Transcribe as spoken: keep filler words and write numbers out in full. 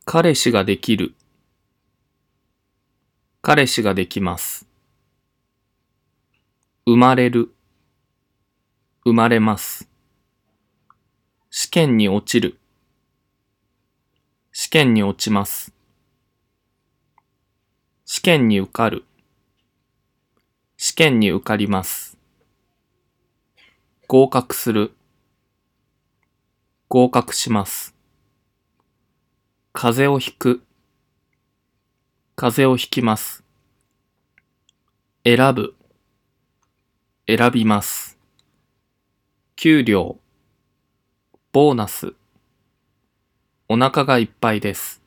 彼氏ができる。彼氏ができます。生まれる。生まれます。試験に落ちる。試験に落ちます。試験に受かる。試験に受かります。合格する。合格します。風邪をひく。風邪をひきます。選ぶ。選びます。給料。ボーナス。お腹がいっぱいです。